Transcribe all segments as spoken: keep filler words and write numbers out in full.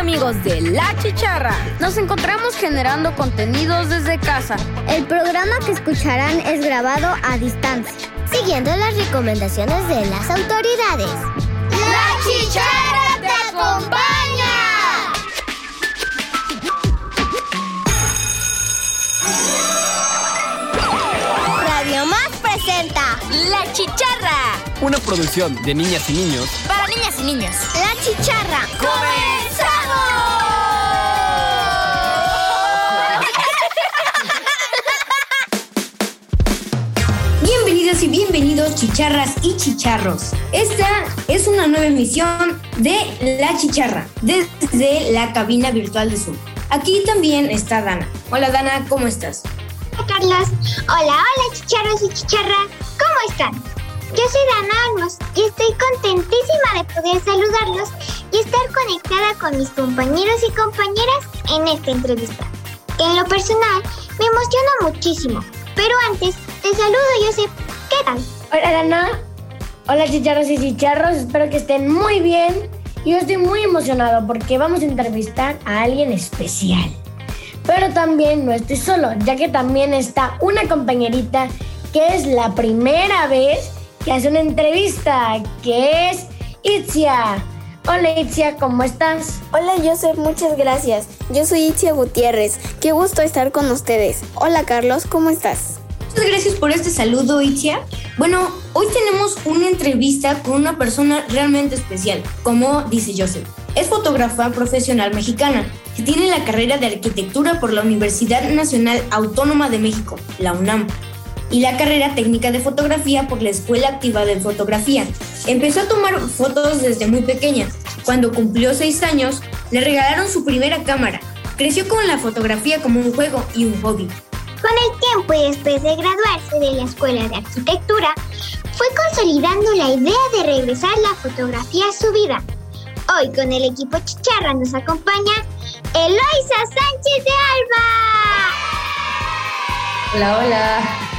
amigos de La Chicharra. Nos encontramos generando contenidos desde casa. El programa que escucharán es grabado a distancia, siguiendo las recomendaciones de las autoridades. ¡La Chicharra te acompaña! Radio Más presenta La Chicharra, una producción de niñas y niños para niñas y niños. La Chicharra. ¡Comenzamos! Bienvenidas y bienvenidos, chicharras y chicharros. Esta es una nueva emisión de La Chicharra, desde la cabina virtual de Zoom. Aquí también está Dana. Hola Dana, ¿cómo estás? Hola Carlos. Hola, hola chicharros y chicharras. ¿Cómo están? Yo soy Dana Olmos y estoy contentísima de poder saludarlos y estar conectada con mis compañeros y compañeras en esta entrevista, que en lo personal me emociona muchísimo. Pero antes, te saludo, Joseph. ¿Qué tal? Hola Dana. Hola chicharros y chicharros. Espero que estén muy bien. Yo estoy muy emocionado porque vamos a entrevistar a alguien especial. Pero también no estoy solo, ya que también está una compañerita que es la primera vez que hace una entrevista, que es Itzia. Hola Itzia, ¿cómo estás? Hola Joseph, muchas gracias. Yo soy Itzia Gutiérrez. Qué gusto estar con ustedes. Hola Carlos, ¿cómo estás? Muchas gracias por este saludo, Itzia. Bueno, hoy tenemos una entrevista con una persona realmente especial, como dice Joseph. Es fotógrafa profesional mexicana, que tiene la carrera de arquitectura por la Universidad Nacional Autónoma de México, la UNAM, y la carrera técnica de fotografía por la Escuela Activa de Fotografía. Empezó a tomar fotos desde muy pequeña. Cuando cumplió seis años, le regalaron su primera cámara. Creció con la fotografía como un juego y un hobby. Con el tiempo y después de graduarse de la Escuela de Arquitectura, fue consolidando la idea de regresar la fotografía a su vida. Hoy con el equipo Chicharra nos acompaña Eloisa Sánchez de Alba. Hola, hola.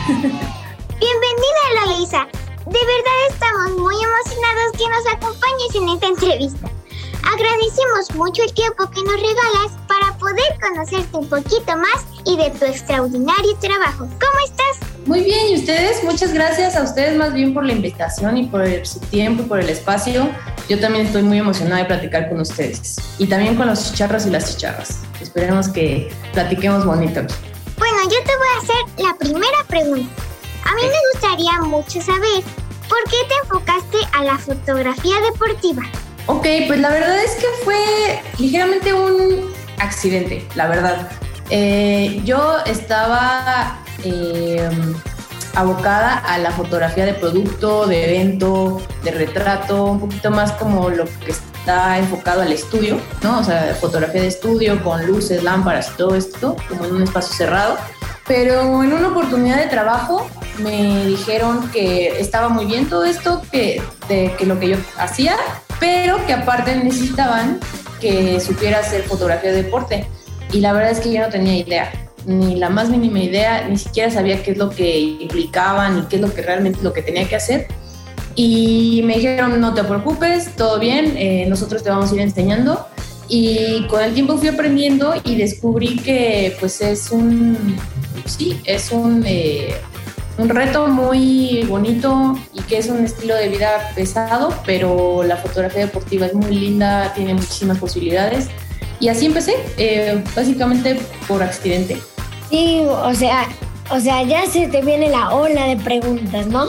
Bienvenida, Eloisa. De verdad estamos muy emocionados que nos acompañes en esta entrevista. Agradecemos mucho el tiempo que nos regalas para poder conocerte un poquito más y de tu extraordinario trabajo. ¿Cómo estás? Muy bien, ¿y ustedes? Muchas gracias a ustedes más bien por la invitación y por el, su tiempo y por el espacio. Yo también estoy muy emocionada de platicar con ustedes y también con los chicharros y las chicharras. Esperemos que platiquemos bonito. Bueno, yo te voy a hacer la primera pregunta. A mí me gustaría mucho saber por qué te enfocaste a la fotografía deportiva. Ok, pues la verdad es que fue ligeramente un accidente, la verdad. Eh, yo estaba eh, abocada a la fotografía de producto, de evento, de retrato, un poquito más como lo que está enfocado al estudio, ¿no? O sea, fotografía de estudio con luces, lámparas y todo esto, como en un espacio cerrado. Pero en una oportunidad de trabajo me dijeron que estaba muy bien todo esto, que, de, que lo que yo hacía, pero que aparte necesitaban que supiera hacer fotografía de deporte. Y la verdad es que yo no tenía idea, ni la más mínima idea, ni siquiera sabía qué es lo que implicaba, ni qué es lo que realmente lo que tenía que hacer. Y me dijeron, no te preocupes, todo bien, eh, nosotros te vamos a ir enseñando. Y con el tiempo fui aprendiendo y descubrí que pues es un, sí, es un, eh, un reto muy bonito y que es un estilo de vida pesado, pero la fotografía deportiva es muy linda, tiene muchísimas posibilidades. Y así empecé, eh, básicamente por accidente. Sí, o sea, o sea, ya se te viene la ola de preguntas, ¿no?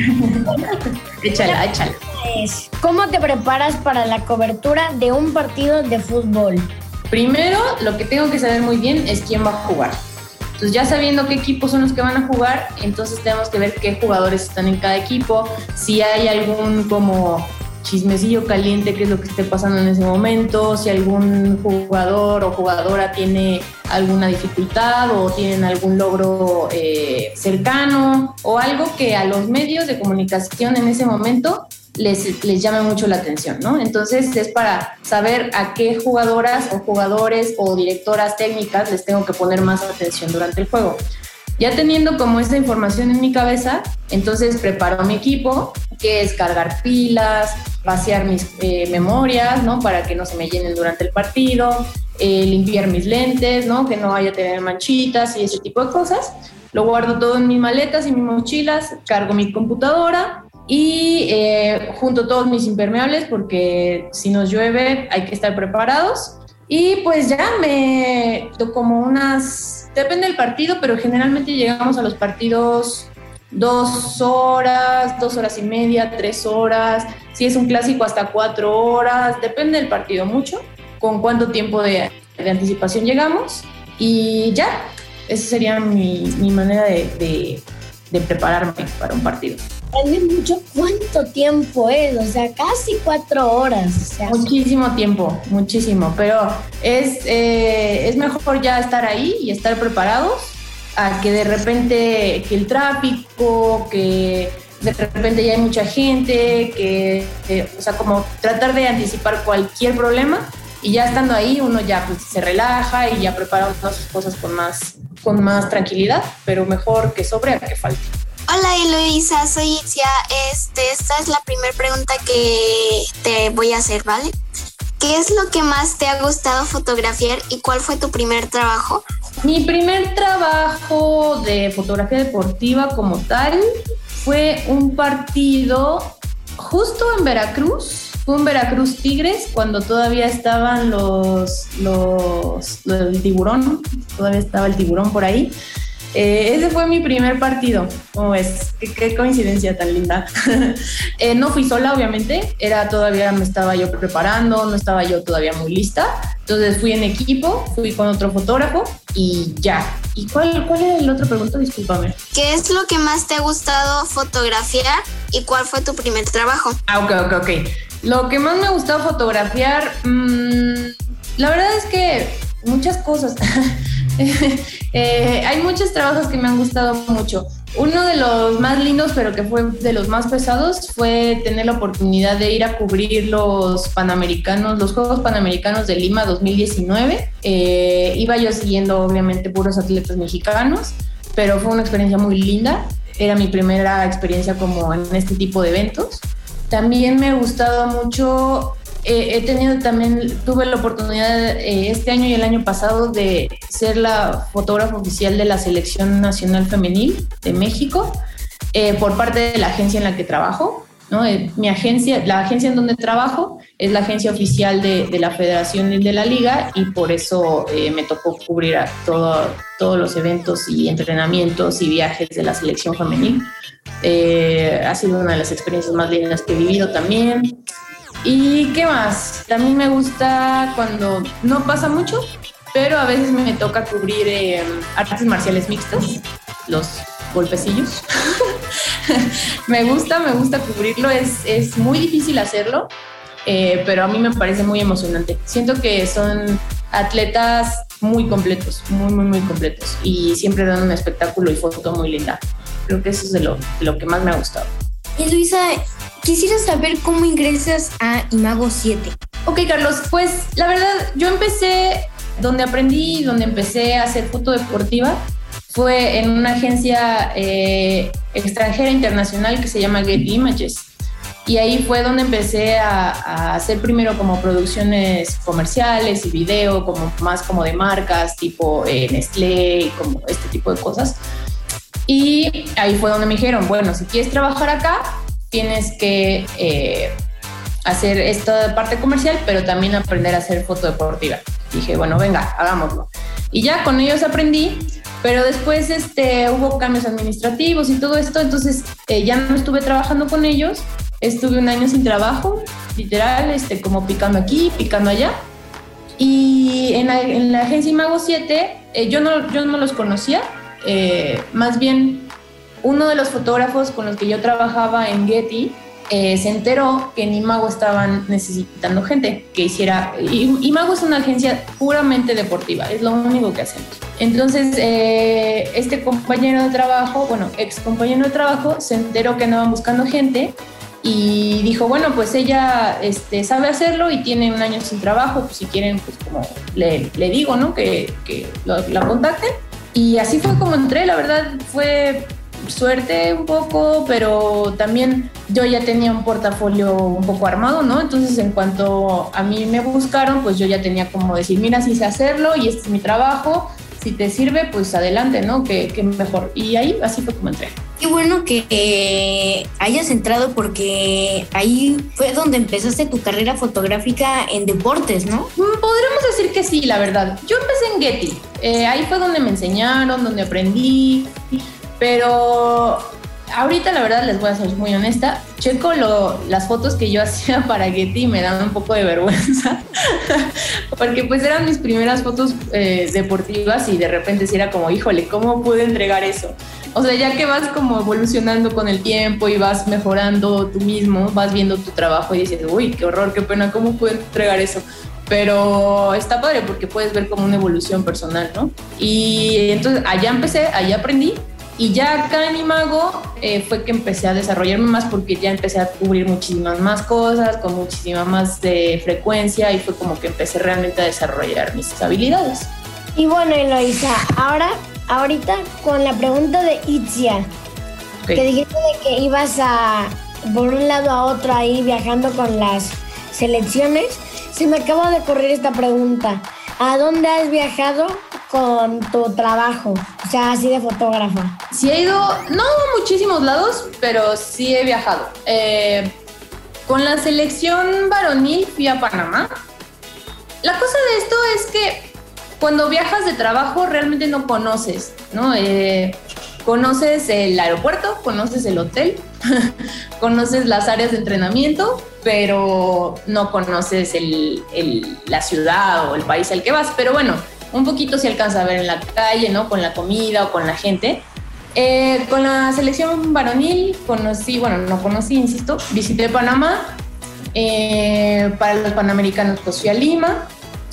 Échala, échala. Es, ¿cómo te preparas para la cobertura de un partido de fútbol? Primero, lo que tengo que saber muy bien es quién va a jugar. Entonces, ya sabiendo qué equipos son los que van a jugar, entonces tenemos que ver qué jugadores están en cada equipo, si hay algún como chismecillo caliente, qué es lo que esté pasando en ese momento, si algún jugador o jugadora tiene alguna dificultad o tienen algún logro eh, cercano o algo que a los medios de comunicación en ese momento les, les llame mucho la atención, ¿no? Entonces es para saber a qué jugadoras o jugadores o directoras técnicas les tengo que poner más atención durante el juego. Ya teniendo como esta información en mi cabeza, entonces preparo mi equipo, que es cargar pilas, vaciar mis eh, memorias, ¿no? Para que no se me llenen durante el partido, eh, limpiar mis lentes, ¿no? Que no vaya a tener manchitas y ese tipo de cosas. Lo guardo todo en mis maletas y mis mochilas, cargo mi computadora y eh, junto todos mis impermeables porque si nos llueve hay que estar preparados. Y pues ya me como unas, depende del partido, pero generalmente llegamos a los partidos dos horas, dos horas y media, tres horas, si es un clásico hasta cuatro horas, depende del partido mucho, con cuánto tiempo de, de anticipación llegamos y ya, esa sería mi, mi manera de, de, de prepararme para un partido. Es mucho, ¿cuánto tiempo es? O sea, casi cuatro horas. O sea, muchísimo tiempo, muchísimo, pero es, eh, es mejor ya estar ahí y estar preparados a que de repente que el tráfico, que de repente ya hay mucha gente, que, eh, o sea, como tratar de anticipar cualquier problema y ya estando ahí uno ya pues, se relaja y ya prepara unas cosas con más, con más tranquilidad, pero mejor que sobre a que falte. Hola Eloisa, soy Itzia. Este, esta es la primera pregunta que te voy a hacer, ¿vale? ¿Qué es lo que más te ha gustado fotografiar y cuál fue tu primer trabajo? Mi primer trabajo de fotografía deportiva como tal fue un partido justo en Veracruz. Fue en Veracruz Tigres cuando todavía estaban los, los, los el tiburón, todavía estaba el tiburón por ahí. Eh, ese fue mi primer partido. ¿Cómo ves? Qué, qué coincidencia tan linda. eh, no fui sola, obviamente. Era todavía, me estaba yo preparando, no estaba yo todavía muy lista. Entonces fui en equipo, fui con otro fotógrafo y ya. ¿Y cuál, cuál era el otro pregunta? Discúlpame. ¿Qué es lo que más te ha gustado fotografiar y cuál fue tu primer trabajo? Ah, ok, ok, ok. Lo que más me ha gustado fotografiar, mmm, la verdad es que muchas cosas. eh, hay muchos trabajos que me han gustado mucho. Uno de los más lindos, pero que fue de los más pesados, fue tener la oportunidad de ir a cubrir los Panamericanos, los Juegos Panamericanos de Lima dos mil diecinueve. Eh, iba yo siguiendo, obviamente, puros atletas mexicanos, pero fue una experiencia muy linda. Era mi primera experiencia como en este tipo de eventos. También me ha gustado mucho. Eh, he tenido también, tuve la oportunidad eh, este año y el año pasado de ser la fotógrafa oficial de la Selección Nacional Femenil de México eh, por parte de la agencia en la que trabajo, ¿no? Eh, mi agencia, la agencia en donde trabajo es la agencia oficial de, de la Federación y de la Liga y por eso eh, me tocó cubrir a todo, todos los eventos y entrenamientos y viajes de la Selección Femenil. Eh, ha sido una de las experiencias más lindas que he vivido también. ¿Y qué más? También me gusta cuando no pasa mucho, pero a veces me toca cubrir eh, artes marciales mixtas, los golpecillos. me gusta, me gusta cubrirlo, es, es muy difícil hacerlo, eh, pero a mí me parece muy emocionante. Siento que son atletas muy completos, muy, muy, muy completos y siempre dan un espectáculo y foto muy linda. Creo que eso es de lo, de lo que más me ha gustado. Y Luisa, quisiera saber cómo ingresas a Imago siete. Ok, Carlos, pues la verdad, yo empecé, donde aprendí, donde empecé a hacer foto deportiva, fue en una agencia eh, extranjera internacional que se llama Getty Images. Y ahí fue donde empecé a, a hacer primero como producciones comerciales y video, como más como de marcas, tipo eh, Nestlé, como este tipo de cosas. Y ahí fue donde me dijeron, bueno, si quieres trabajar acá, tienes que eh, hacer esta parte comercial, pero también aprender a hacer foto deportiva. Dije, bueno, venga, hagámoslo. Y ya con ellos aprendí, pero después este, hubo cambios administrativos y todo esto, entonces eh, ya no estuve trabajando con ellos. Estuve un año sin trabajo, literal, este, como picando aquí, picando allá. Y en la, en la agencia Imago siete, eh, yo, no, yo no los conocía. Eh, más bien, uno de los fotógrafos con los que yo trabajaba en Getty eh, se enteró que en Imago estaban necesitando gente que hiciera... Imago es una agencia puramente deportiva, es lo único que hacemos. Entonces, eh, este compañero de trabajo, bueno, ex compañero de trabajo, se enteró que andaban buscando gente y dijo, bueno, pues ella este, sabe hacerlo y tiene un año sin trabajo, pues si quieren, pues como le, le digo, ¿no? Que, que lo, la contacten. Y así fue como entré, la verdad fue suerte un poco, pero también yo ya tenía un portafolio un poco armado, ¿no? Entonces en cuanto a mí me buscaron, pues yo ya tenía como decir, mira, sí sé hacerlo y este es mi trabajo, si te sirve, pues adelante, ¿no? Que, que mejor. Y ahí así fue como entré. Qué bueno que eh, hayas entrado porque ahí fue donde empezaste tu carrera fotográfica en deportes, ¿no? Podríamos decir que sí, la verdad. Yo empecé en Getty. Eh, ahí fue donde me enseñaron, donde aprendí. Pero ahorita, la verdad, les voy a ser muy honesta. Checo lo, las fotos que yo hacía para Getty y me dan un poco de vergüenza. Porque pues eran mis primeras fotos eh, deportivas y de repente sí era como, híjole, ¿cómo pude entregar eso? O sea, ya que vas como evolucionando con el tiempo y vas mejorando tú mismo, vas viendo tu trabajo y dices, uy, qué horror, qué pena, ¿cómo pude entregar eso? Pero está padre porque puedes ver como una evolución personal, ¿no? Y entonces allá empecé, allá aprendí. Y ya acá en Imago eh, fue que empecé a desarrollarme más porque ya empecé a cubrir muchísimas más cosas, con muchísima más de frecuencia y fue como que empecé realmente a desarrollar mis habilidades. Y bueno, Eloisa, ahora, ahorita con la pregunta de Itzia, okay, que dijiste de que ibas a, por un lado a otro ahí viajando con las selecciones, se me acaba de ocurrir esta pregunta. ¿A dónde has viajado con tu trabajo? O sea, así de fotógrafa. Sí he ido, no a muchísimos lados, pero sí he viajado. Eh, con la selección varonil fui a Panamá. La cosa de esto es que cuando viajas de trabajo realmente no conoces, ¿no? Eh, conoces el aeropuerto, conoces el hotel, conoces las áreas de entrenamiento, pero no conoces el, el, la ciudad o el país al que vas. Pero bueno, un poquito se alcanza a ver en la calle, ¿no? Con la comida o con la gente. Eh, con la selección varonil conocí, bueno, no conocí, insisto, visité Panamá. Eh, para los Panamericanos pues fui a Lima.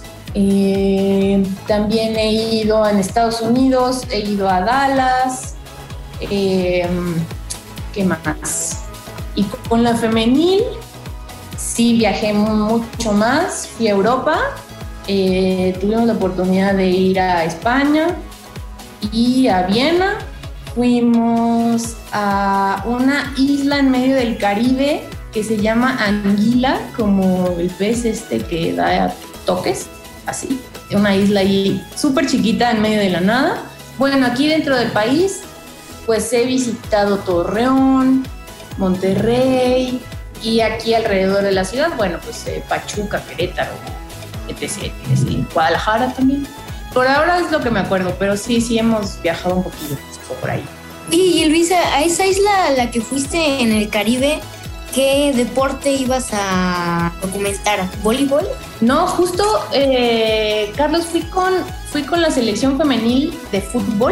Eh, también he ido en Estados Unidos, he ido a Dallas. Eh, ¿Qué más? Y con la femenil sí viajé mucho más, fui a Europa. Eh, tuvimos la oportunidad de ir a España y a Viena. Fuimos a una isla en medio del Caribe que se llama Anguila, como el pez este que da toques, así. Una isla ahí súper chiquita en medio de la nada. Bueno, aquí dentro del país, pues he visitado Torreón, Monterrey y aquí alrededor de la ciudad, bueno, pues eh, Pachuca, Querétaro, etcétera, etcétera. Guadalajara también. Por ahora es lo que me acuerdo, pero sí, sí hemos viajado un poquito por ahí. Y Luisa, a esa isla a la que fuiste en el Caribe, ¿qué deporte ibas a documentar? ¿Voleibol? No, justo, eh, Carlos, fui con, fui con la selección femenil de fútbol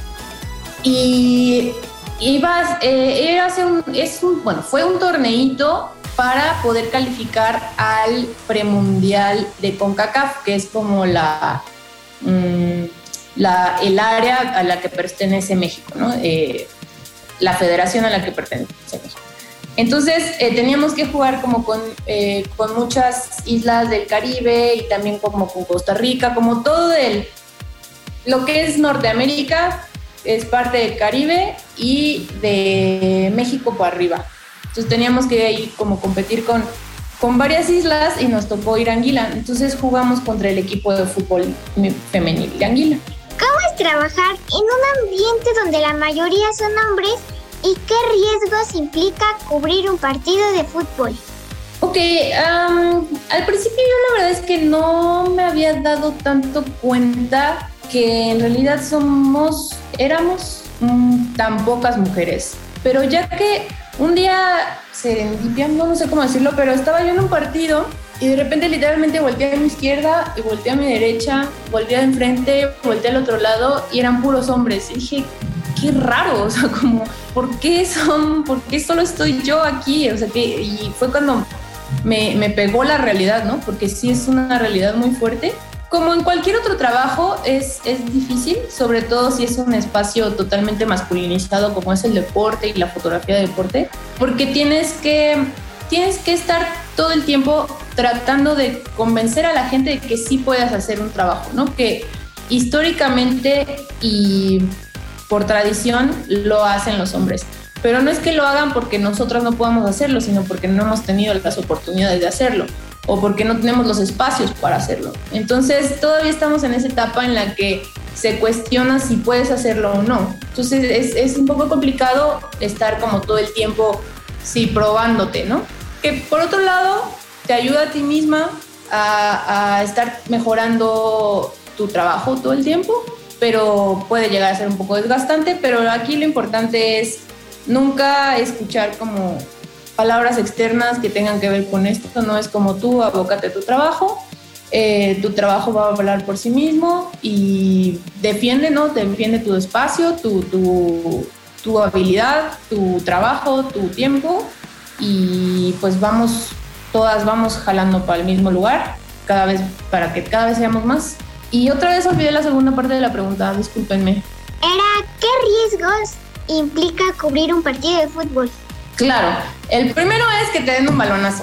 y ibas, eh, era hacer un, es un, bueno, fue un torneito para poder calificar al premundial de CONCACAF, que es como la, mmm, la el área a la que pertenece México, ¿no? Eh, la federación a la que pertenece México. Entonces eh, teníamos que jugar como con, eh, con muchas islas del Caribe y también como con Costa Rica, como todo el, lo que es Norteamérica es parte del Caribe y de México para arriba. Entonces teníamos que ir como competir con, con varias islas y nos tocó ir a Anguila. Entonces jugamos contra el equipo de fútbol femenil de Anguila. ¿Cómo es trabajar en un ambiente donde la mayoría son hombres y qué riesgos implica cubrir un partido de fútbol? Ok, um, al principio yo la verdad es que no me había dado tanto cuenta que en realidad somos, éramos um, tan pocas mujeres. Pero ya que un día serendipia, no, no sé cómo decirlo, pero estaba yo en un partido y de repente literalmente volteé a mi izquierda y volteé a mi derecha, volteé de enfrente, volteé al otro lado y eran puros hombres. Y dije, qué raro, o sea, como, ¿por qué son, por qué solo estoy yo aquí? O sea, que, y fue cuando me, me pegó la realidad, ¿no? Porque sí es una realidad muy fuerte. Como en cualquier otro trabajo, es, es difícil, sobre todo si es un espacio totalmente masculinizado como es el deporte y la fotografía de deporte, porque tienes que, tienes que estar todo el tiempo tratando de convencer a la gente de que sí puedas hacer un trabajo, ¿no? Que históricamente y por tradición lo hacen los hombres. Pero no es que lo hagan porque nosotros no podamos hacerlo, sino porque no hemos tenido las oportunidades de hacerlo o porque no tenemos los espacios para hacerlo. Entonces todavía estamos en esa etapa en la que se cuestiona si puedes hacerlo o no. Entonces es, es un poco complicado estar como todo el tiempo, sí, probándote, ¿no? Que por otro lado te ayuda a ti misma a, a estar mejorando tu trabajo todo el tiempo, pero puede llegar a ser un poco desgastante. Pero aquí lo importante es nunca escuchar como palabras externas que tengan que ver con esto. No es como tú, abócate a tu trabajo, eh, tu trabajo va a hablar por sí mismo y defiende, ¿no? Defiende tu espacio, tu, tu, tu habilidad, tu trabajo, tu tiempo, y pues vamos, todas vamos jalando para el mismo lugar, cada vez, para que cada vez seamos más. Y otra vez olvidé la segunda parte de la pregunta, discúlpenme. Era, ¿qué riesgos implica cubrir un partido de fútbol? Claro, el primero es que te den un balonazo.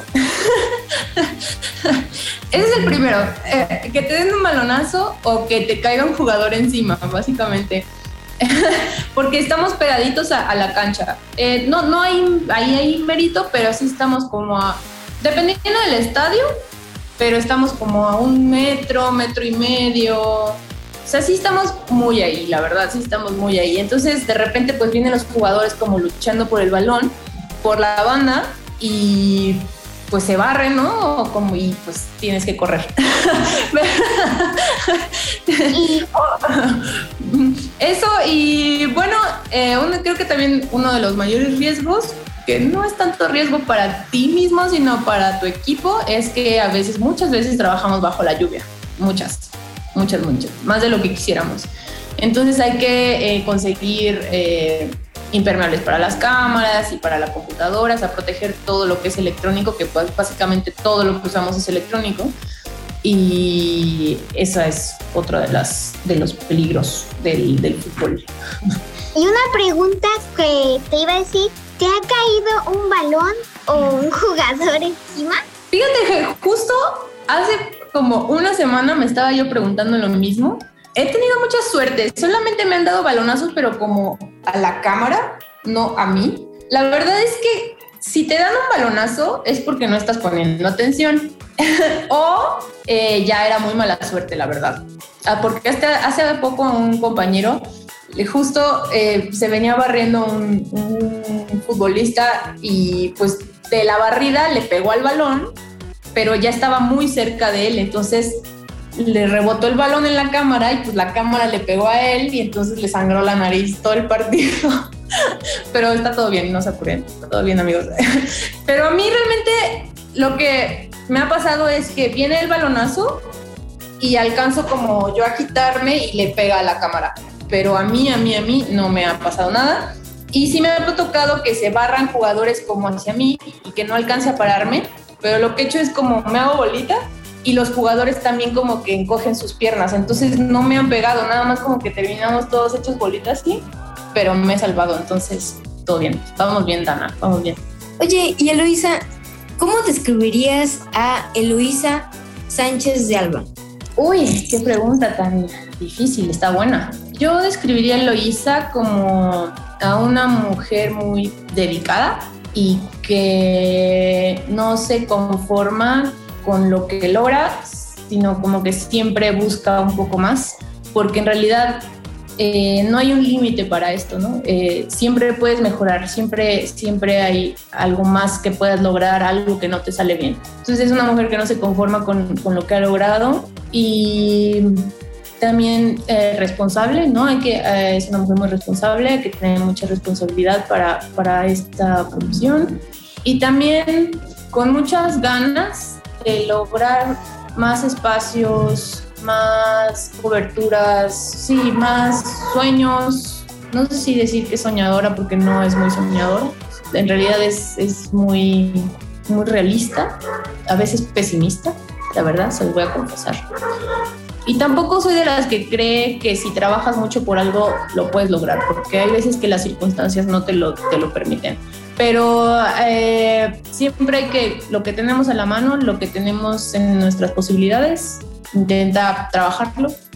Ese es el primero, eh, que te den un balonazo o que te caiga un jugador encima, básicamente. Porque estamos pegaditos a, a la cancha. Eh, no, no hay, ahí hay mérito, pero sí estamos como a, dependiendo del estadio, pero estamos como a un metro, metro y medio. O sea, sí estamos muy ahí, la verdad, sí estamos muy ahí. Entonces, de repente, pues vienen los jugadores como luchando por el balón, por la banda, y pues se barren, ¿no? O como, y pues tienes que correr. Eso, y bueno, eh, uno, creo que también uno de los mayores riesgos, que no es tanto riesgo para ti mismo, sino para tu equipo, es que a veces, muchas veces trabajamos bajo la lluvia. Muchas, muchas, muchas. Más de lo que quisiéramos. Entonces hay que eh, conseguir eh, impermeables para las cámaras y para la computadora, o sea, proteger todo lo que es electrónico, que pues básicamente todo lo que usamos es electrónico. Y esa es otra de las de los peligros del, del fútbol. Y una pregunta que te iba a decir, ¿te ha caído un balón o un jugador encima? Fíjate que justo hace como una semana me estaba yo preguntando lo mismo. He tenido mucha suerte, solamente me han dado balonazos, pero como a la cámara, no a mí. La verdad es que si te dan un balonazo es porque no estás poniendo atención o eh, ya era muy mala suerte, la verdad. Ah, porque hasta hace poco un compañero justo eh, se venía barriendo un, un futbolista y pues de la barrida le pegó al balón, pero ya estaba muy cerca de él, entonces le rebotó el balón en la cámara y pues la cámara le pegó a él y entonces le sangró la nariz todo el partido. Pero está todo bien, no se apuren, está todo bien, amigos. Pero a mí realmente lo que me ha pasado es que viene el balonazo y alcanzo como yo a quitarme y le pega a la cámara. Pero a mí, a mí, a mí no me ha pasado nada. Y sí me ha tocado que se barran jugadores como hacia mí y que no alcance a pararme, pero lo que he hecho es como me hago bolita y los jugadores también como que encogen sus piernas, entonces no me han pegado, nada más como que terminamos todos hechos bolitas, sí, pero me he salvado, entonces todo bien, vamos bien, Dana, vamos bien. Oye, y Eloisa, ¿cómo describirías a Eloisa Sánchez de Alba? Uy, qué pregunta tan difícil, está buena. Yo describiría a Eloisa como a una mujer muy dedicada y que no se conforma con lo que logra, sino como que siempre busca un poco más, porque en realidad eh, no hay un límite para esto, ¿no? Eh, siempre puedes mejorar, siempre, siempre hay algo más que puedas lograr, algo que no te sale bien. Entonces es una mujer que no se conforma con, con lo que ha logrado y también eh, responsable, ¿no? Hay que, eh, es una mujer muy responsable, hay que tener mucha responsabilidad para, para esta profesión y también con muchas ganas de lograr más espacios, más coberturas, sí, más sueños. No sé si decir que es soñadora porque no es muy soñadora. En realidad es, es muy, muy realista, a veces pesimista, la verdad, se los voy a confesar. Y tampoco soy de las que cree que si trabajas mucho por algo lo puedes lograr, porque hay veces que las circunstancias no te lo, te lo permiten. Pero eh, siempre hay que, lo que tenemos a la mano, lo que tenemos en nuestras posibilidades, intenta trabajarlo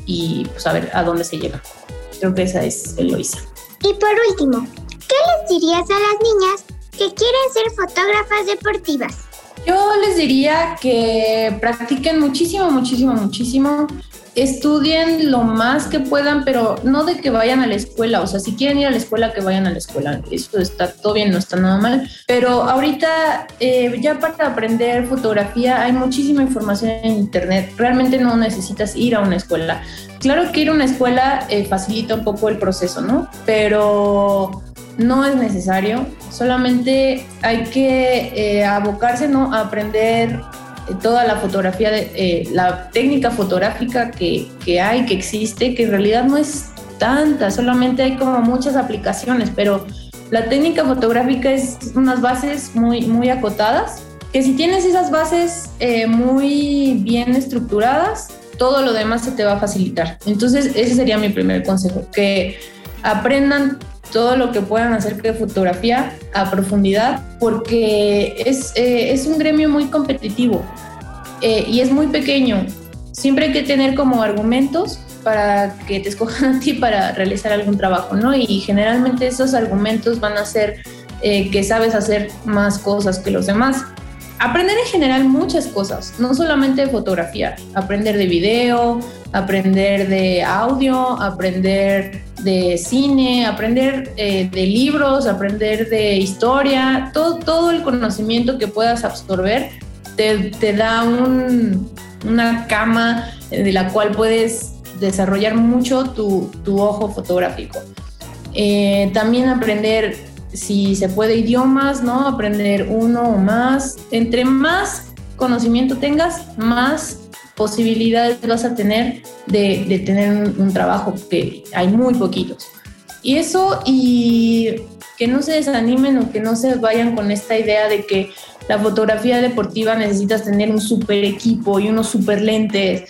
y pues a ver a dónde se llega. Creo que esa es Eloisa. Y por último, ¿qué les dirías a las niñas que quieren ser fotógrafas deportivas? Yo les diría que practiquen muchísimo, muchísimo, muchísimo. Estudien lo más que puedan, pero no de que vayan a la escuela. O sea, si quieren ir a la escuela, que vayan a la escuela. Eso está todo bien, no está nada mal. Pero ahorita, eh, ya para aprender fotografía, hay muchísima información en internet. Realmente no necesitas ir a una escuela. Claro que ir a una escuela eh, facilita un poco el proceso, ¿no? Pero no es necesario. Solamente hay que eh, abocarse, ¿no?, a aprender toda la fotografía, de, eh, la técnica fotográfica que, que hay, que existe, que en realidad no es tanta, solamente hay como muchas aplicaciones, pero la técnica fotográfica es unas bases muy, muy acotadas, que si tienes esas bases eh, muy bien estructuradas, todo lo demás se te va a facilitar. Entonces ese sería mi primer consejo, que aprendan todo lo que puedan hacer de fotografía a profundidad, porque es, eh, es un gremio muy competitivo eh, y es muy pequeño. Siempre hay que tener como argumentos para que te escojan a ti para realizar algún trabajo, ¿no? Y generalmente esos argumentos van a hacer eh, que sabes hacer más cosas que los demás. Aprender en general muchas cosas, no solamente de fotografía, aprender de video, aprender de audio, aprender de cine, aprender eh, de libros, aprender de historia, todo, todo el conocimiento que puedas absorber te, te da un, una cama de la cual puedes desarrollar mucho tu, tu ojo fotográfico. Eh, también aprender, si se puede, idiomas, ¿no? Aprender uno o más. Entre más conocimiento tengas, más posibilidades vas a tener de, de tener un, un trabajo, que hay muy poquitos. Y eso, y que no se desanimen o que no se vayan con esta idea de que la fotografía deportiva necesitas tener un super equipo y unos super lentes,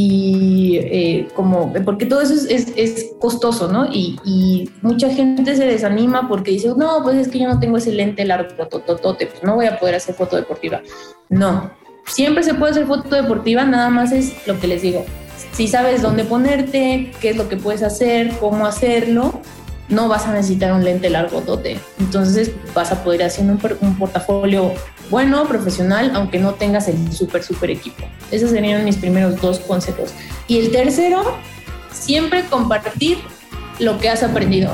y eh, como, porque todo eso es, es, es costoso, ¿no? Y, y mucha gente se desanima porque dice, no, pues es que yo no tengo ese lente largo, tototote, pues no voy a poder hacer foto deportiva. No, siempre se puede hacer foto deportiva, nada más es lo que les digo. Si sabes dónde ponerte, qué es lo que puedes hacer, cómo hacerlo, no vas a necesitar un lente largotote. Entonces vas a poder hacer un, un portafolio bueno, profesional, aunque no tengas el súper, súper equipo. Esos serían mis primeros dos consejos. Y el tercero, siempre compartir lo que has aprendido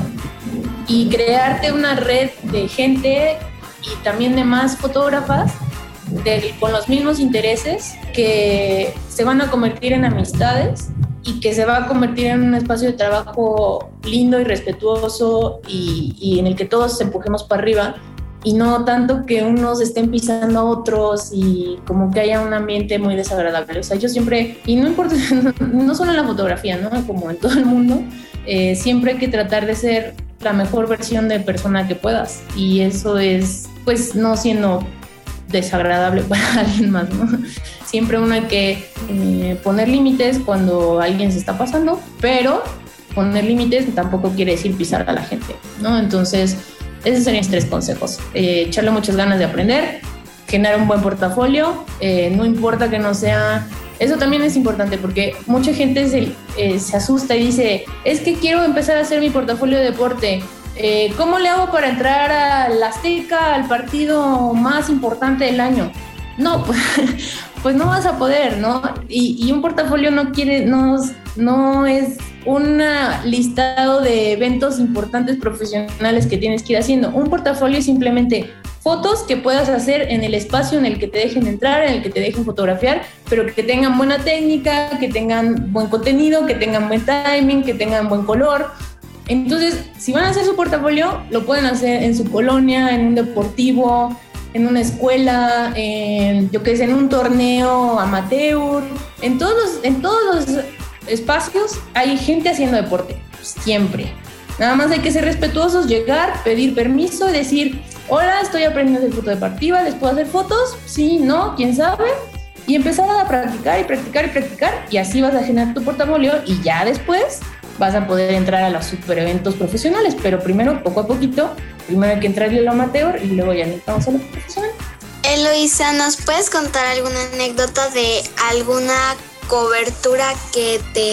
y crearte una red de gente y también de más fotógrafas de, con los mismos intereses, que se van a convertir en amistades y que se va a convertir en un espacio de trabajo lindo y respetuoso, y, y en el que todos empujemos para arriba, y no tanto que unos estén pisando a otros y como que haya un ambiente muy desagradable. O sea, yo siempre, y no importa, no, no solo en la fotografía, ¿no?, como en todo el mundo, eh, siempre hay que tratar de ser la mejor versión de persona que puedas, y eso es, pues, no siendo desagradable para alguien más, ¿no? Siempre uno hay que eh, poner límites cuando alguien se está pasando, pero poner límites tampoco quiere decir pisar a la gente, ¿no? Entonces, esos serían mis tres consejos. Eh, echarle muchas ganas de aprender, generar un buen portafolio, eh, no importa que no sea... Eso también es importante, porque mucha gente se, eh, se asusta y dice, es que quiero empezar a hacer mi portafolio de deporte. Eh, ¿Cómo le hago para entrar a la Azteca, al partido más importante del año? No, pues, pues no vas a poder, ¿no? Y, y un portafolio no quiere, no, no es un listado de eventos importantes profesionales que tienes que ir haciendo. Un portafolio es simplemente fotos que puedas hacer en el espacio en el que te dejen entrar, en el que te dejen fotografiar, pero que tengan buena técnica, que tengan buen contenido, que tengan buen timing, que tengan buen color. Entonces, si van a hacer su portafolio, lo pueden hacer en su colonia, en un deportivo, en una escuela, en, yo qué sé, en un torneo amateur. En todos los, en todos los espacios hay gente haciendo deporte, siempre. Nada más hay que ser respetuosos, llegar, pedir permiso y decir, hola, estoy aprendiendo a hacer foto deportiva, ¿les puedo hacer fotos? Sí, no, quién sabe. Y empezar a practicar y practicar y practicar, y así vas a generar tu portafolio, y ya después vas a poder entrar a los super eventos profesionales, pero primero, poco a poquito, primero hay que entrarle a lo amateur y luego ya entramos a lo profesional. Eloisa, ¿nos puedes contar alguna anécdota de alguna cobertura que te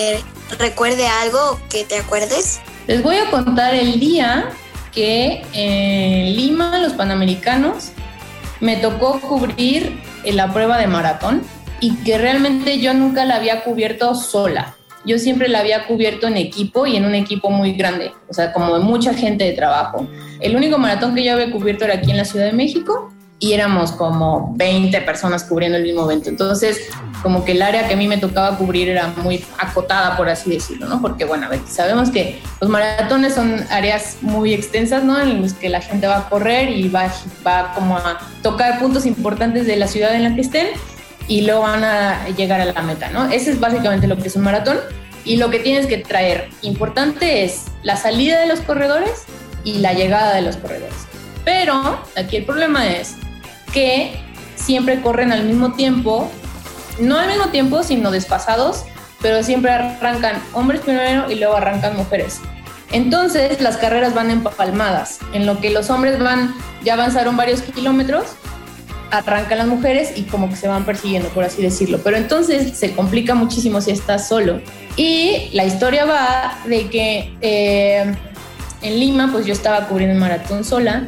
recuerde algo que te acuerdes? Les voy a contar el día que en Lima, los Panamericanos, me tocó cubrir la prueba de maratón y que realmente yo nunca la había cubierto sola. Yo siempre la había cubierto en equipo y en un equipo muy grande, o sea, como de mucha gente de trabajo. El único maratón que yo había cubierto era aquí en la Ciudad de México y éramos como veinte personas cubriendo el mismo evento. Entonces, como que el área que a mí me tocaba cubrir era muy acotada, por así decirlo, ¿no? Porque, bueno, a ver, sabemos que los maratones son áreas muy extensas, ¿no? En las que la gente va a correr y va, va como a tocar puntos importantes de la ciudad en la que estén y luego van a llegar a la meta, ¿no? Ese es básicamente lo que es un maratón. Y lo que tienes que traer importante es la salida de los corredores y la llegada de los corredores. Pero aquí el problema es que siempre corren al mismo tiempo, no al mismo tiempo, sino desfasados, pero siempre arrancan hombres primero y luego arrancan mujeres. Entonces las carreras van empalmadas, en lo que los hombres van, ya avanzaron varios kilómetros, arrancan las mujeres y como que se van persiguiendo, por así decirlo. Pero entonces se complica muchísimo si estás solo. Y la historia va de que eh, en Lima, pues yo estaba cubriendo el maratón sola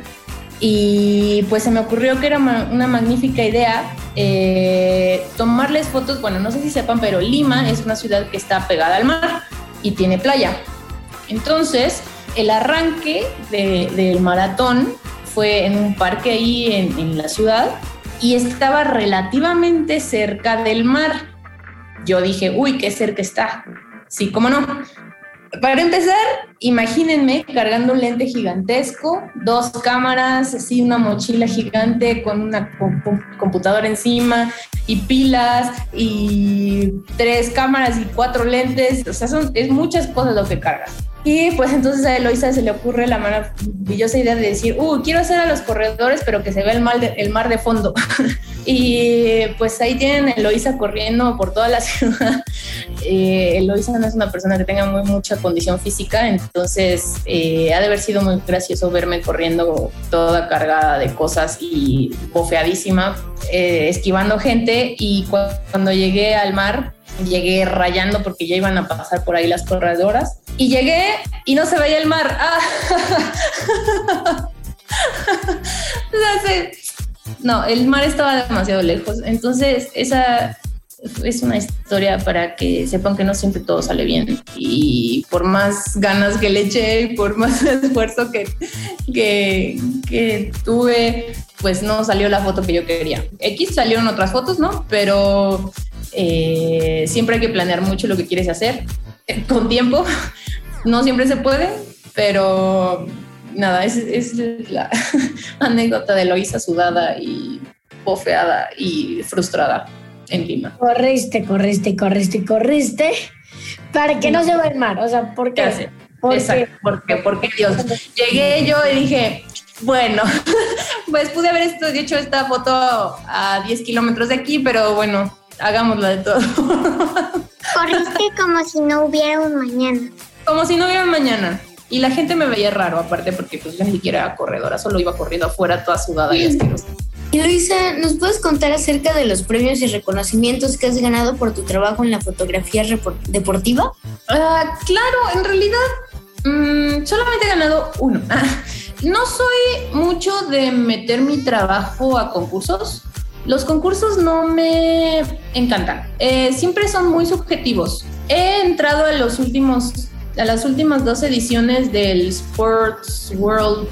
y pues se me ocurrió que era una magnífica idea eh, tomarles fotos. Bueno, no sé si sepan, pero Lima es una ciudad que está pegada al mar y tiene playa. Entonces, el arranque de, del maratón fue en un parque ahí en, en la ciudad y estaba relativamente cerca del mar. Yo dije, uy, qué cerca está. Sí, cómo no. Para empezar, imagínense cargando un lente gigantesco, dos cámaras, así una mochila gigante con una comp- computadora encima y pilas y tres cámaras y cuatro lentes. O sea, son, es muchas cosas lo que cargas. Y pues entonces a Eloisa se le ocurre la maravillosa idea de decir, uh, quiero hacer a los corredores, pero que se vea el mar de, el mar de fondo. Y pues ahí tienen a Eloisa corriendo por toda la ciudad. Eh, Eloisa no es una persona que tenga muy, mucha condición física, entonces eh, ha de haber sido muy gracioso verme corriendo toda cargada de cosas y bofeadísima, eh, esquivando gente. Y cuando llegué al mar, llegué rayando porque ya iban a pasar por ahí las corredoras. Y llegué y no se veía el mar. ¡Ah! O sea, sí. No, el mar estaba demasiado lejos. Entonces, esa es una historia para que sepan que no siempre todo sale bien. Y por más ganas que le eché y por más esfuerzo que, que, que tuve, pues no salió la foto que yo quería. X salieron otras fotos, ¿no? Pero eh, siempre hay que planear mucho lo que quieres hacer eh, con tiempo. No siempre se puede, pero nada, es, es la anécdota de Eloisa sudada y bofeada y frustrada en Lima. Corriste, corriste, corriste, corriste para que no se vea el mar. O sea, ¿por qué? Porque, Exacto, porque, porque Dios. Llegué yo y dije, bueno, pues pude haber hecho esta foto a diez kilómetros de aquí, pero bueno, hagámoslo de todo. Corriste como si no hubiera un mañana. Como si no hubiera un mañana. Y la gente me veía raro, aparte, porque pues yo ni siquiera era corredora, solo iba corriendo afuera toda sudada y asquerosa. Eloisa, ¿nos puedes contar acerca de los premios y reconocimientos que has ganado por tu trabajo en la fotografía report- deportiva? Uh, claro, en realidad mmm, solamente he ganado uno. No soy mucho de meter mi trabajo a concursos. Los concursos no me encantan. Eh, siempre son muy subjetivos. He entrado a los últimos, a las últimas dos ediciones del Sports World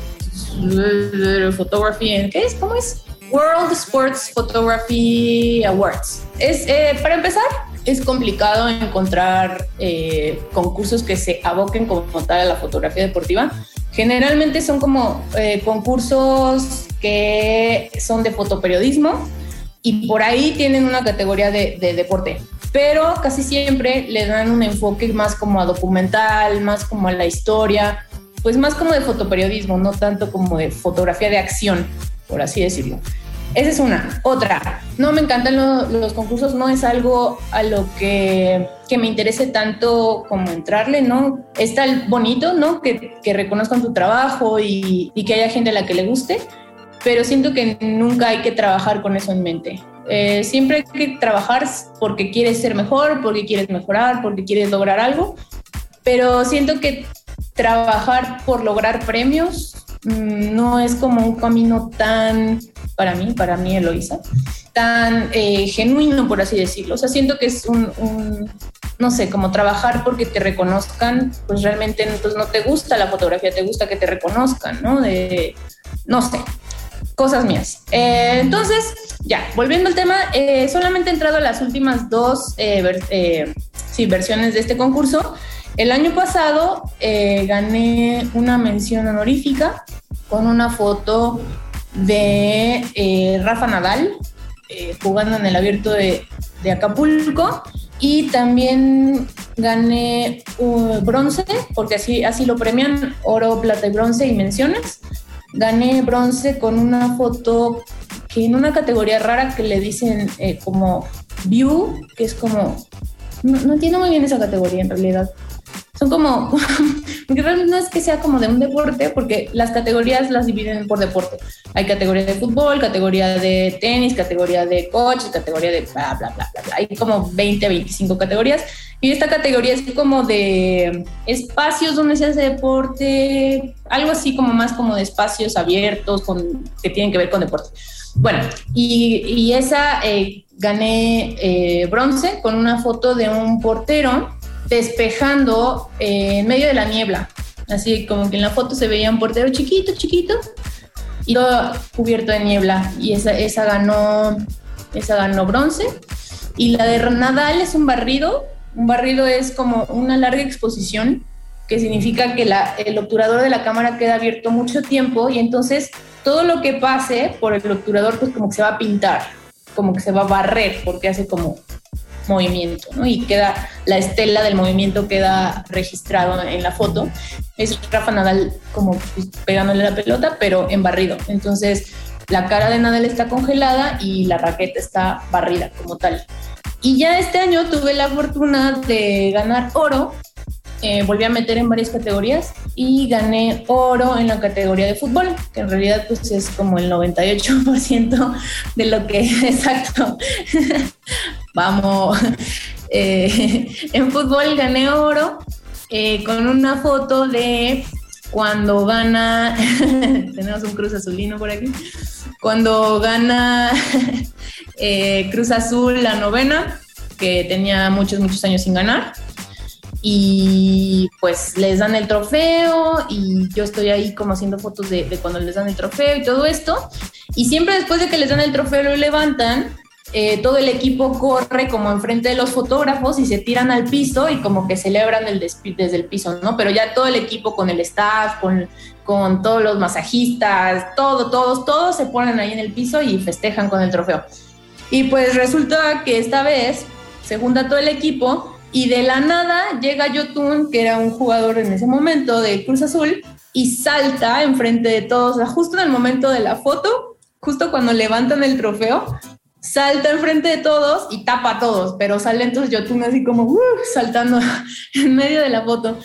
Photography. ¿Qué es? ¿Cómo es? World Sports Photography Awards. Es, eh, para empezar, es complicado encontrar eh, concursos que se aboquen como tal a la fotografía deportiva. Generalmente son como eh, concursos que son de fotoperiodismo y por ahí tienen una categoría de, de deporte, pero casi siempre le dan un enfoque más como a documental, más como a la historia, pues más como de fotoperiodismo, no tanto como de fotografía de acción, por así decirlo. Esa es una. Otra, no me encantan lo, los concursos, no es algo a lo que, que me interese tanto como entrarle, ¿no? Está bonito, ¿no? Que, que reconozcan tu trabajo y, y que haya gente a la que le guste, pero siento que nunca hay que trabajar con eso en mente. Eh, siempre hay que trabajar porque quieres ser mejor, porque quieres mejorar, porque quieres lograr algo, pero siento que trabajar por lograr premios mmm, no es como un camino tan, para mí, para mí Eloisa, tan eh, genuino, por así decirlo. O sea, siento que es un, un, no sé, como trabajar porque te reconozcan, pues realmente pues no te gusta la fotografía, te gusta que te reconozcan, ¿no? De, no sé, cosas mías. Eh, entonces, ya, volviendo al tema, eh, solamente he entrado a las últimas dos eh, ver, eh, sí, versiones de este concurso. El año pasado eh, gané una mención honorífica con una foto de eh, Rafa Nadal eh, jugando en el Abierto de, de Acapulco, y también gané uh, bronce, porque así, así lo premian, oro, plata y bronce y menciones. Gané bronce con una foto que en una categoría rara que le dicen eh, como view, que es como, no, no entiendo muy bien esa categoría en realidad. Son como, porque realmente no es que sea como de un deporte, porque las categorías las dividen por deporte. Hay categoría de fútbol, categoría de tenis, categoría de coches, categoría de bla, bla, bla, bla, bla. Hay como veinte, veinticinco categorías. Y esta categoría es como de espacios donde se hace deporte, algo así como más como de espacios abiertos con, que tienen que ver con deporte. Bueno, y, y esa eh, gané eh, bronce con una foto de un portero despejando eh, en medio de la niebla, así como que en la foto se veía un portero chiquito, chiquito y todo cubierto de niebla, y esa, esa ganó esa ganó bronce. Y la de Nadal es un barrido. Un barrido es como una larga exposición, que significa que la, el obturador de la cámara queda abierto mucho tiempo, y entonces todo lo que pase por el obturador pues como que se va a pintar, como que se va a barrer, porque hace como movimiento, ¿no? Y queda, la estela del movimiento queda registrado en la foto. Es Rafa Nadal como pues, pegándole la pelota, pero en barrido. Entonces la cara de Nadal está congelada y la raqueta está barrida como tal. Y ya este año tuve la fortuna de ganar oro. Eh, volví a meter en varias categorías y gané oro en la categoría de fútbol, que en realidad pues es como el noventa y ocho por ciento de lo que exacto. Vamos, eh, en fútbol gané oro eh, con una foto de cuando gana, tenemos un Cruz Azulino por aquí, cuando gana eh, Cruz Azul la novena, que tenía muchos, muchos años sin ganar. Y pues les dan el trofeo y yo estoy ahí como haciendo fotos de, de cuando les dan el trofeo y todo esto. Y siempre después de que les dan el trofeo lo levantan, eh, todo el equipo corre como enfrente de los fotógrafos y se tiran al piso y como que celebran el despi- desde el piso, ¿no? Pero ya todo el equipo con el staff, con, con todos los masajistas, todo, todos, todos se ponen ahí en el piso y festejan con el trofeo. Y pues resulta que esta vez se junta todo el equipo. Y de la nada llega Yotun, que era un jugador en ese momento de Cruz Azul, y salta enfrente de todos, o sea, justo en el momento de la foto, justo cuando levantan el trofeo, salta enfrente de todos y tapa a todos, pero sale entonces Yotun así como uh, saltando en medio de la foto.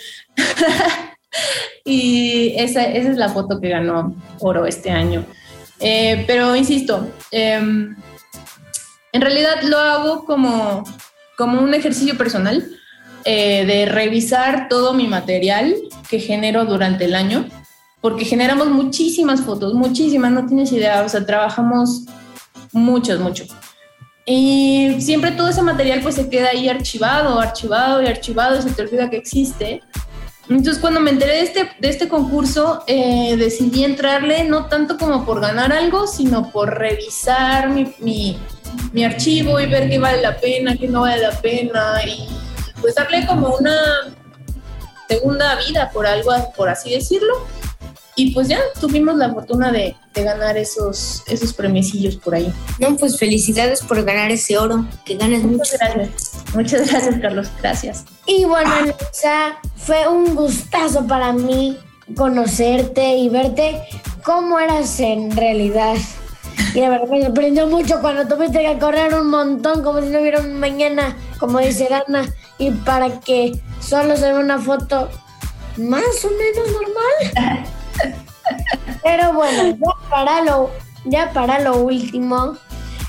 Y esa, esa es la foto que ganó oro este año. Eh, pero insisto, eh, en realidad lo hago como... como un ejercicio personal eh, de revisar todo mi material que genero durante el año, porque generamos muchísimas fotos, muchísimas, no tienes idea, o sea, trabajamos muchos, mucho. Y siempre todo ese material pues se queda ahí archivado, archivado y archivado y se te olvida que existe. Entonces cuando me enteré de este, de este concurso, eh, decidí entrarle no tanto como por ganar algo, sino por revisar mi... mi mi archivo y ver qué vale la pena, qué no vale la pena, y pues darle como una segunda vida por algo, por así decirlo. Y pues ya tuvimos la fortuna de, de ganar esos, esos premiecillos por ahí. No, pues felicidades por ganar ese oro, que ganes mucho. Muchas gracias, muchas gracias Carlos, gracias. Y bueno, Eloisa, fue un gustazo para mí conocerte y verte cómo eras en realidad. Y la verdad me sorprendió mucho cuando tuviste que correr un montón, como si no hubiera un mañana, como dice Dana, y para que solo se vea una foto más o menos normal. Pero bueno, ya para lo, ya para lo último,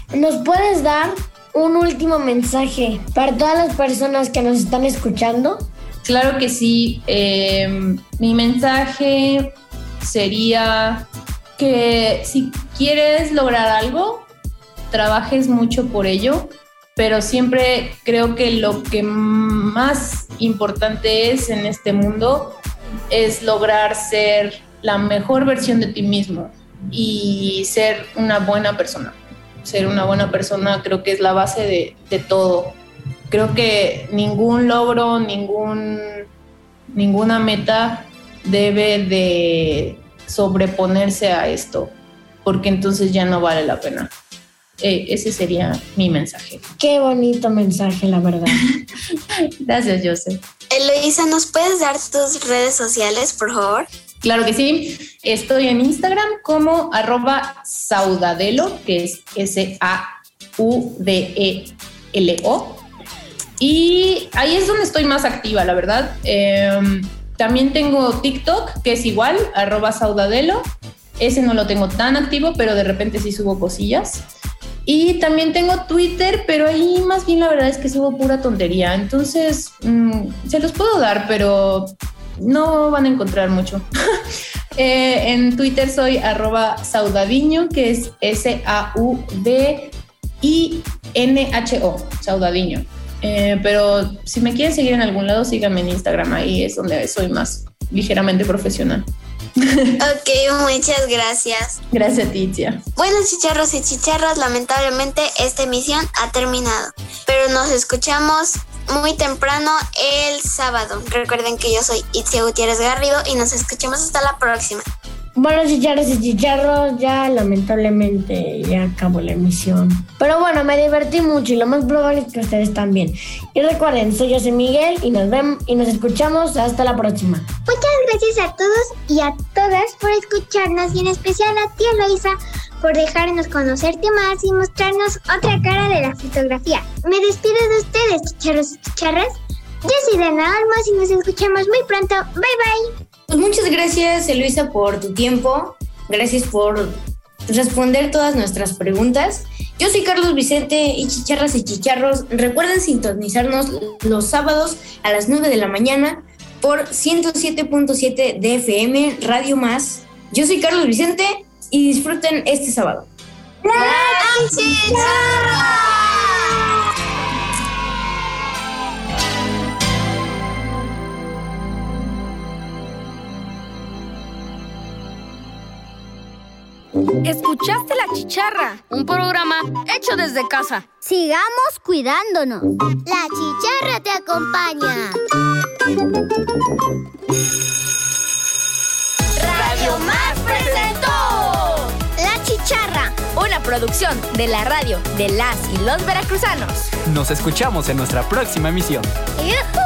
¿nos puedes dar un último mensaje para todas las personas que nos están escuchando? Claro que sí. Eh, mi mensaje sería que si quieres lograr algo, trabajes mucho por ello, pero siempre creo que lo que más importante es en este mundo es lograr ser la mejor versión de ti mismo y ser una buena persona. Ser una buena persona creo que es la base de, de todo. Creo que ningún logro, ningún, ninguna meta debe de sobreponerse a esto, porque entonces ya no vale la pena. Eh, ese sería mi mensaje. Qué bonito mensaje, la verdad. Gracias, Joseph. Eloisa, ¿nos puedes dar tus redes sociales, por favor? Claro que sí. Estoy en Instagram como arroba saudadelo, que es S A U D E L O. Y ahí es donde estoy más activa, la verdad. Eh, también tengo TikTok, que es igual, arroba saudadelo. Ese no lo tengo tan activo, pero de repente sí subo cosillas. Y también tengo Twitter, pero ahí más bien la verdad es que subo pura tontería. Entonces, mmm, se los puedo dar, pero no van a encontrar mucho. eh, en Twitter soy arroba saudadiño, que es S A U D I N H O, saudadiño. Eh, pero si me quieren seguir en algún lado, síganme en Instagram, ahí es donde soy más ligeramente profesional. Ok, muchas gracias. Gracias, Titia. Bueno, chicharros y chicharras, lamentablemente esta emisión ha terminado, pero nos escuchamos muy temprano el sábado. Recuerden que yo soy Itzia Gutiérrez Garrido y nos escuchamos hasta la próxima. Bueno, chicharros y chicharros, ya lamentablemente ya acabó la emisión. Pero bueno, me divertí mucho y lo más probable es que ustedes también. Y recuerden, soy José Miguel y nos vemos y nos escuchamos hasta la próxima. Muchas gracias a todos y a todas por escucharnos y en especial a ti, Eloisa, por dejarnos conocerte más y mostrarnos otra cara de la fotografía. Me despido de ustedes, chicharros y chicharras. Yo soy Dana Olmos y nos escuchamos muy pronto. Bye bye. Pues muchas gracias, Eloisa, por tu tiempo. Gracias por responder todas nuestras preguntas. Yo soy Carlos Vicente y chicharras y chicharros. Recuerden sintonizarnos los sábados a las nueve de la mañana por ciento siete punto siete de F M Radio Más. Yo soy Carlos Vicente y disfruten este sábado. ¡La Chicharra! Escuchaste La Chicharra, un programa hecho desde casa. Sigamos cuidándonos. La Chicharra te acompaña. Radio Más presentó La Chicharra, una producción de la radio de las y los veracruzanos. Nos escuchamos en nuestra próxima emisión. ¡Yujú!